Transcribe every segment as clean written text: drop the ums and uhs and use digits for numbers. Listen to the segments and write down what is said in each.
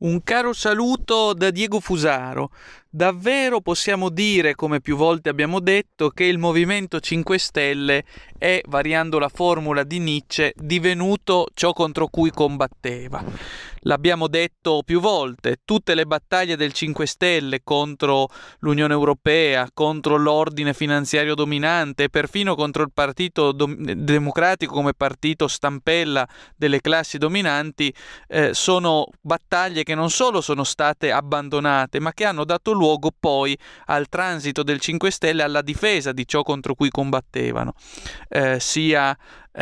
Un caro saluto da Diego Fusaro. Davvero possiamo dire, come più volte abbiamo detto, che il Movimento 5 Stelle è, variando la formula di Nietzsche, divenuto ciò contro cui combatteva. L'abbiamo detto più volte, tutte le battaglie del 5 Stelle contro l'Unione Europea, contro l'ordine finanziario dominante e perfino contro il Partito Democratico come partito stampella delle classi dominanti, sono battaglie che non solo sono state abbandonate, ma che hanno dato luogo poi al transito del 5 Stelle alla difesa di ciò contro cui combattevano, sia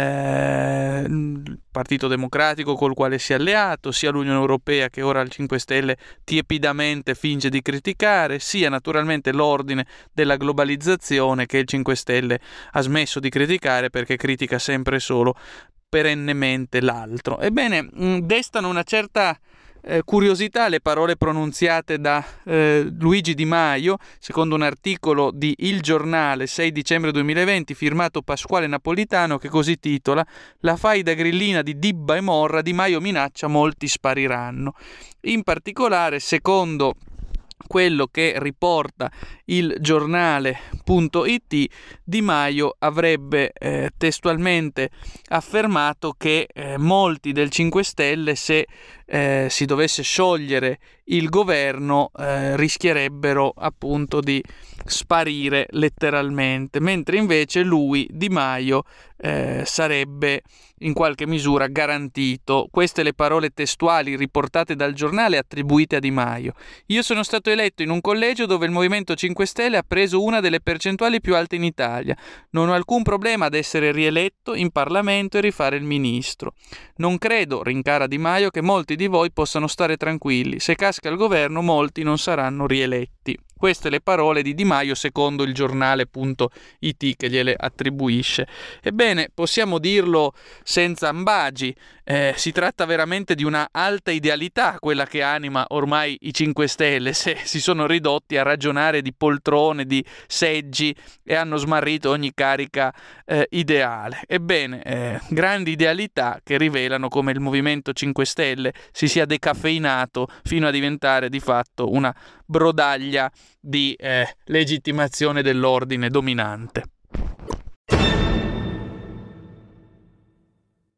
il Partito Democratico col quale si è alleato, sia l'Unione Europea che ora il 5 Stelle tiepidamente finge di criticare, sia naturalmente l'ordine della globalizzazione che il 5 Stelle ha smesso di criticare perché critica sempre solo perennemente l'altro. Ebbene, destano una certa curiosità le parole pronunziate da Luigi Di Maio, secondo un articolo di Il Giornale 6 dicembre 2020 firmato Pasquale Napolitano, che così titola: "La faida grillina di Dibba e Morra, Di Maio minaccia molti spariranno". In particolare, secondo quello che riporta il giornale.it, Di Maio avrebbe testualmente affermato che molti del 5 Stelle, se si dovesse sciogliere il governo, rischierebbero appunto di sparire letteralmente, mentre invece lui, Di Maio, sarebbe in qualche misura garantito. Queste le parole testuali riportate dal giornale attribuite a Di Maio: "Io sono stato eletto in un collegio dove il Movimento 5 Stelle ha preso una delle percentuali più alte in Italia. Non ho alcun problema ad essere rieletto in Parlamento e rifare il ministro. Non credo", rincara Di Maio, "che molti di voi possano stare tranquilli. Se casca il governo, molti non saranno rieletti". Queste le parole di Di Maio secondo il giornale.it, che gliele attribuisce. Ebbene, possiamo dirlo senza ambagi, si tratta veramente di una alta idealità quella che anima ormai i 5 Stelle, se si sono ridotti a ragionare di poltrone, di seggi, e hanno smarrito ogni carica ideale. Ebbene, grandi idealità che rivelano come il Movimento 5 Stelle si sia decaffeinato fino a diventare di fatto una brodaglia di legittimazione dell'ordine dominante.